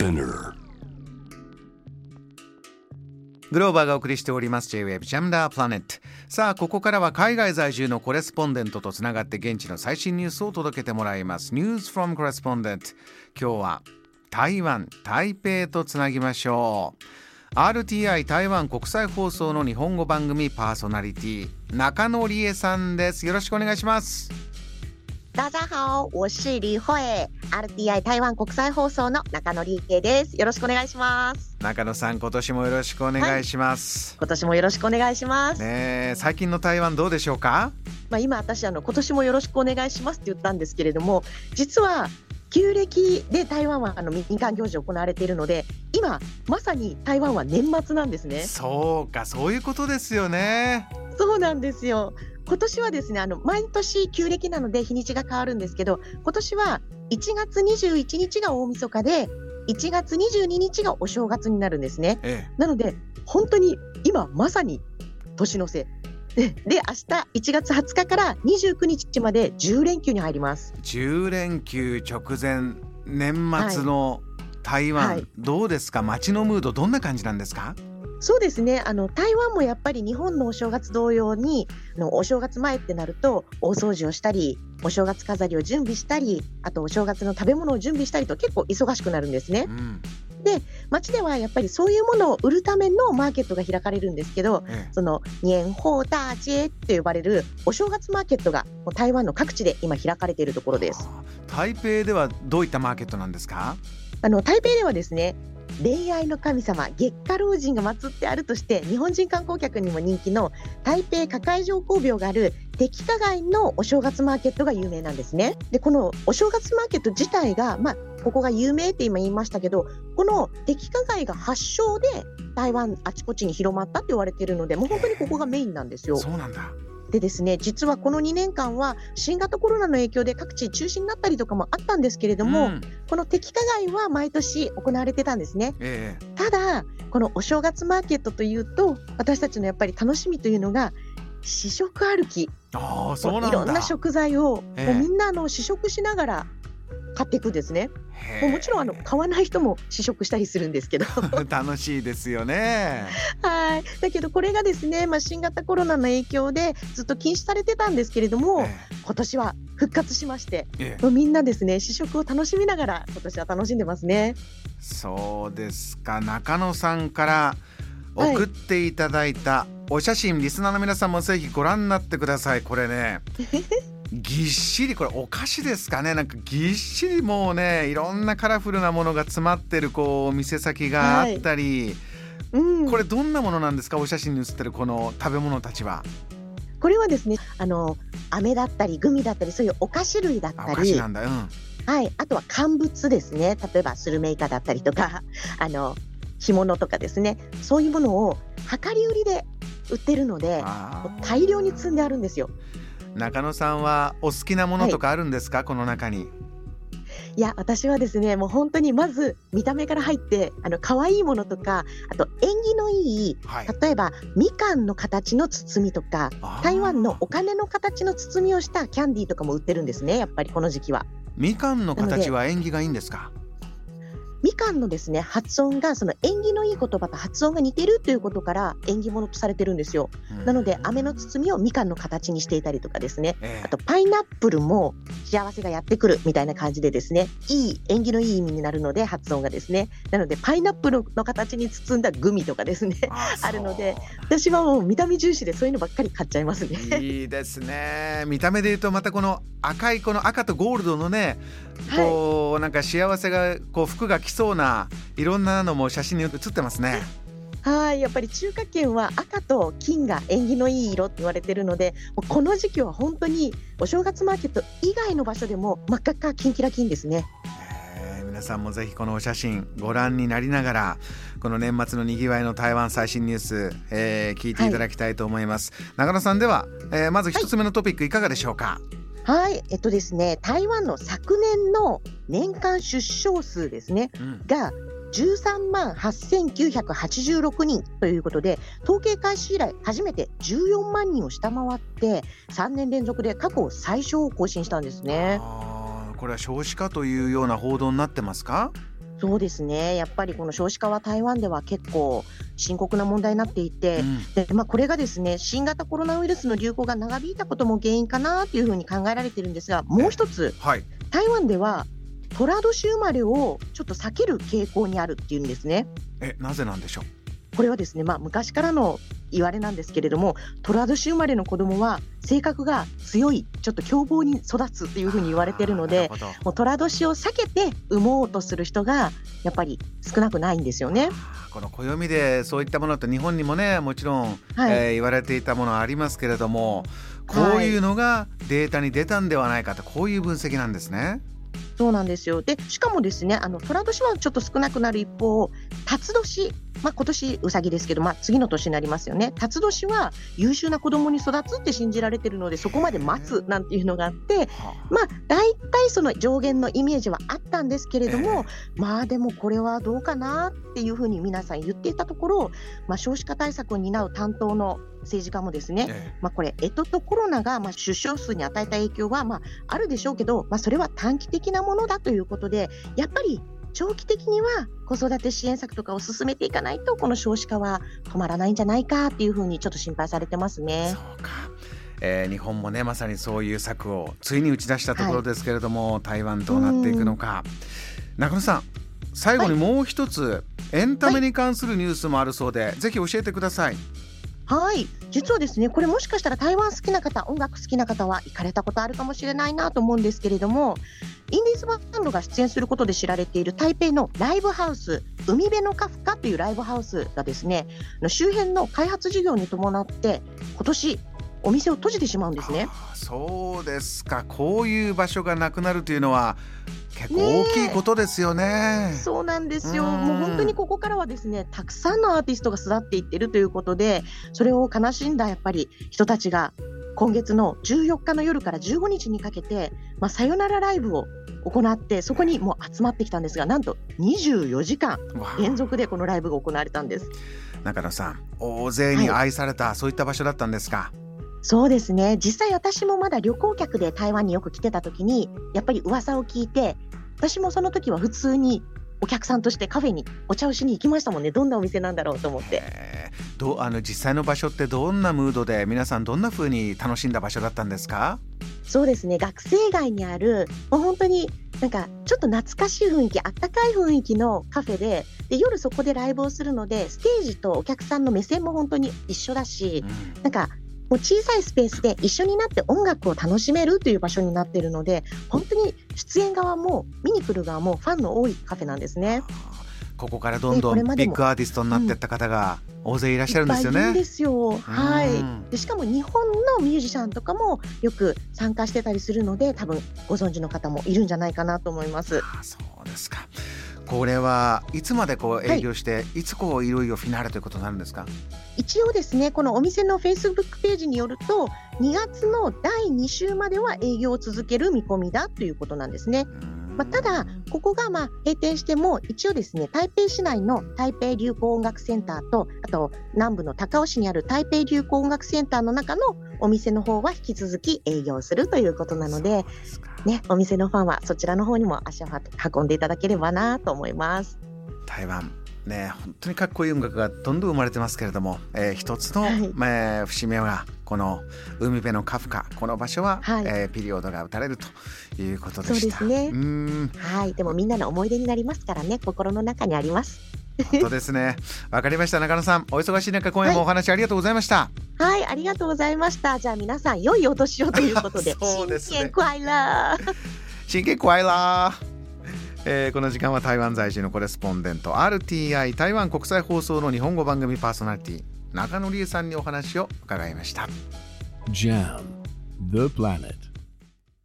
Spinner。 グローバーがお送りしております J-Wave ジャムダープラネット。さあここからは海外在住のコレスポンデントとつながって現地の最新ニュースを届けてもらいます。 News from Correspondent。 今日は台湾台北とつなぎましょう。 RTI 台湾国際放送の日本語番組パーソナリティ中野理恵さんです。よろしくお願いします。 大家好，我是李慧。RTI 台湾国際放送の中野理恵です。よろしくお願いします。 中野さん、今年もよろしくお願いします。 今年もよろしくお願いします。 最近の台湾どうでしょうか？ 今私今年もよろしくお願いしますって言ったんですけれども、実は旧暦で台湾は民間行事行われているので、今まさに台湾は年末なんですね。 そうか、そういうことですよね。 そうなんですよ。今年はですね、毎年旧暦なので日にちが変わるんですけど、今年は1月21日が大晦日で1月22日がお正月になるんですね。なので本当に今まさに年の瀬で、明日1月20日から29日まで10連休に入ります。 10連休直前、年末の台湾、どうですか？街のムードどんな感じなんですか？ そうですね、台湾もやっぱり日本のお正月同様にお正月前ってなると大掃除をしたり、お正月飾りを準備したり、あとお正月の食べ物を準備したりと結構忙しくなるんですね。で、街ではやっぱりそういうものを売るためのマーケットが開かれるんですけど、その年貨大街と呼ばれるお正月マーケットが台湾の各地で今開かれているところです。 台北ではどういったマーケットなんですか？ 台北ではですね、恋愛の神様月下老人が祀ってあるとして日本人観光客にも人気の台北花海城公廟がある適花街のお正月マーケットが有名なんですね。で、このお正月マーケット自体が、ここが有名って今言いましたけど、この適花街が発祥で台湾あちこちに広まったって言われているので、もう本当にここがメインなんですよ。 そうなんだ。 でですね、実はこの2年間は新型コロナの影響で各地中止になったりとかもあったんですけれども、この適花街は毎年行われてたんですね。ただこのお正月マーケットというと、私たちのやっぱり楽しみというのが試食歩き。 そうなんだ。 いろんな食材を、もうみんな試食しながら買っていくんですね。もちろん買わない人も試食したりするんですけど楽しいですよね。 だけどこれがですね、新型コロナの影響でずっと禁止されてたんですけれども、今年は復活しまして、みんなですね試食を楽しみながら今年は楽しんでますね。 そうですか。中野さんから送っていただいたお写真、リスナーの皆さんもぜひご覧になってください。これねぎっしり、これお菓子ですかね。なんかぎっしりもうね、いろんなカラフルなものが詰まってる店先があったり、これどんなものなんですか？お写真に写ってるこの食べ物たちは。 これはですね、飴だったりグミだったり、そういうお菓子類だったり、 お菓子なんだ。 あとは乾物ですね。例えばスルメイカだったりとか干物とかですね、そういうものを量り売りで売ってるので大量に積んであるんですよ。 中野さんはお好きなものとかあるんですか？この中に。 いや、私はですね、もう本当にまず見た目から入って可愛いものとか、あと縁起のいい、例えばみかんの形の包みとか、台湾のお金の形の包みをしたキャンディーとかも売ってるんですね。やっぱりこの時期は。 みかんの形は縁起がいいんですか？ みかんのですね、発音がその縁起のいい言葉と発音が似てるということから縁起物とされてるんですよ。なので飴の包みをみかんの形にしていたりとかですね、あとパイナップルも幸せがやってくるみたいな感じでですね、縁起のいい意味になるので発音がですね、なのでパイナップルの形に包んだグミとかですねあるので、私はもう見た目重視でそういうのばっかり買っちゃいますね。 いいですね。見た目で言うとまたこの赤いこの赤とゴールドのね、なんか幸せが服が来そうないろんなのも写真に写ってますね。 やっぱり中華圏は赤と金が縁起のいい色って言われてるので、この時期は本当にお正月マーケット以外の場所でも真っ赤っかキンキラキンですね。 皆さんもぜひこのお写真ご覧になりながら、この年末のにぎわいの台湾最新ニュース、聞いていただきたいと思います。中野さん、では、まず一つ目のトピックいかがでしょうか？ ですね、台湾の昨年の年間出生数ですね、が13万8986人ということで、統計開始以来初めて14万人を下回って3年連続で過去最小を更新したんですね。 これは少子化というような報道になってますか？ そうですね。やっぱりこの少子化は台湾では結構深刻な問題になっていて、でこれがですね、新型コロナウイルスの流行が長引いたことも原因かなというふうに考えられているんですが、もう一つ、台湾では寅年生まれをちょっと避ける傾向にあるっていうんですね。 なぜなんでしょう。 これはですね、昔からの言われなんですけれども、寅年生まれの子供は性格が強い、ちょっと凶暴に育つというふうに言われているので、もう寅年を避けて産もうとする人がやっぱり少なくないんですよね。 この暦でそういったものって日本にもね、もちろん、言われていたものはありますけれども、こういうのがデータに出たんではないかと、こういう分析なんですね。 そうなんですよ。でしかもですね、寅年はちょっと少なくなる一方、辰年、今年うさぎですけど、次の年になりますよね。辰年は優秀な子供に育つって信じられているので、そこまで待つなんていうのがあって、だいたいその上限のイメージはあったんですけれども、でもこれはどうかなっていうふうに皆さん言っていたところ、少子化対策を担う担当の政治家もですね、これ干支とコロナが出生数に与えた影響はあるでしょうけど、それは短期的なものだということで、やっぱり長期的には子育て支援策とかを進めていかないと、この少子化は止まらないんじゃないかっていうふうにちょっと心配されてますね。 そうか。日本もね、まさにそういう策をついに打ち出したところですけれども、台湾どうなっていくのか。中野さん、最後にもう一つ、エンタメに関するニュースもあるそうで、ぜひ教えてください。 はい、実はですね、これもしかしたら台湾好きな方、音楽好きな方は行かれたことあるかもしれないなと思うんですけれども、インディーズバンドが出演することで知られている台北のライブハウス、海辺のカフカというライブハウスがですね、周辺の開発事業に伴って今年お店を閉じてしまうんですね。 そうですか。こういう場所がなくなるというのは結構大きいことですよね。 そうなんですよ。もう本当にここからはですね、たくさんのアーティストが巣立っていっているということで、それを悲しんだやっぱり人たちが今月の14日の夜から15日にかけて、さよならライブを行って、そこにもう集まってきたんですが、なんと24時間連続でこのライブが行われたんです。 中野さん、大勢に愛された、そういった場所だったんですか。 そうですね。実際私もまだ旅行客で台湾によく来てた時に、やっぱり噂を聞いて、私もその時は普通にお客さんとしてカフェにお茶をしに行きましたもんね。どんなお店なんだろうと思って。 実際の場所ってどんなムードで、皆さんどんな風に楽しんだ場所だったんですか。 そうですね、学生街にあるもう本当にちょっと懐かしい雰囲気、あったかい雰囲気のカフェで、夜そこでライブをするので、ステージとお客さんの目線も本当に一緒だし、もう小さいスペースで一緒になって音楽を楽しめるという場所になっているので、本当に出演側も見に来る側もファンの多いカフェなんですね。 ここからどんどんビッグアーティストになっていった方が大勢いらっしゃるんですよね。 いっぱいいるんですよ。でしかも日本のミュージシャンとかもよく参加してたりするので、多分ご存知の方もいるんじゃないかなと思います。 そうですか。これはいつまで営業して、いついよいよフィナーレということになるんですか。 一応ですね、このお店の Facebook ページによると、2月の第2週までは営業を続ける見込みだということなんですね。ただここが閉店しても、一応ですね、台北市内の台北流行音楽センターと、あと南部の高雄市にある台北流行音楽センターの中のお店の方は引き続き営業するということなので、お店のファンはそちらの方にも足を運んでいただければなと思います。 台湾ね、本当にかっこいい音楽がどんどん生まれてますけれども、一つの、節目はこの海辺のカフカ、この場所は、ピリオドが打たれるということでした。 そうですね。でもみんなの思い出になりますからね、心の中にあります。 本当ですね。わかりました。中野さん、お忙しい中、今夜もお話ありがとうございました。 ありがとうございました。じゃあ皆さん、良いお年をということで、 そうですね、 新年快乐。 新年快乐。この時間は台湾在住のコレスポンデント RTI 台湾国際放送の日本語番組パーソナリティ中野理恵さんにお話を伺いました。 JAM The Planet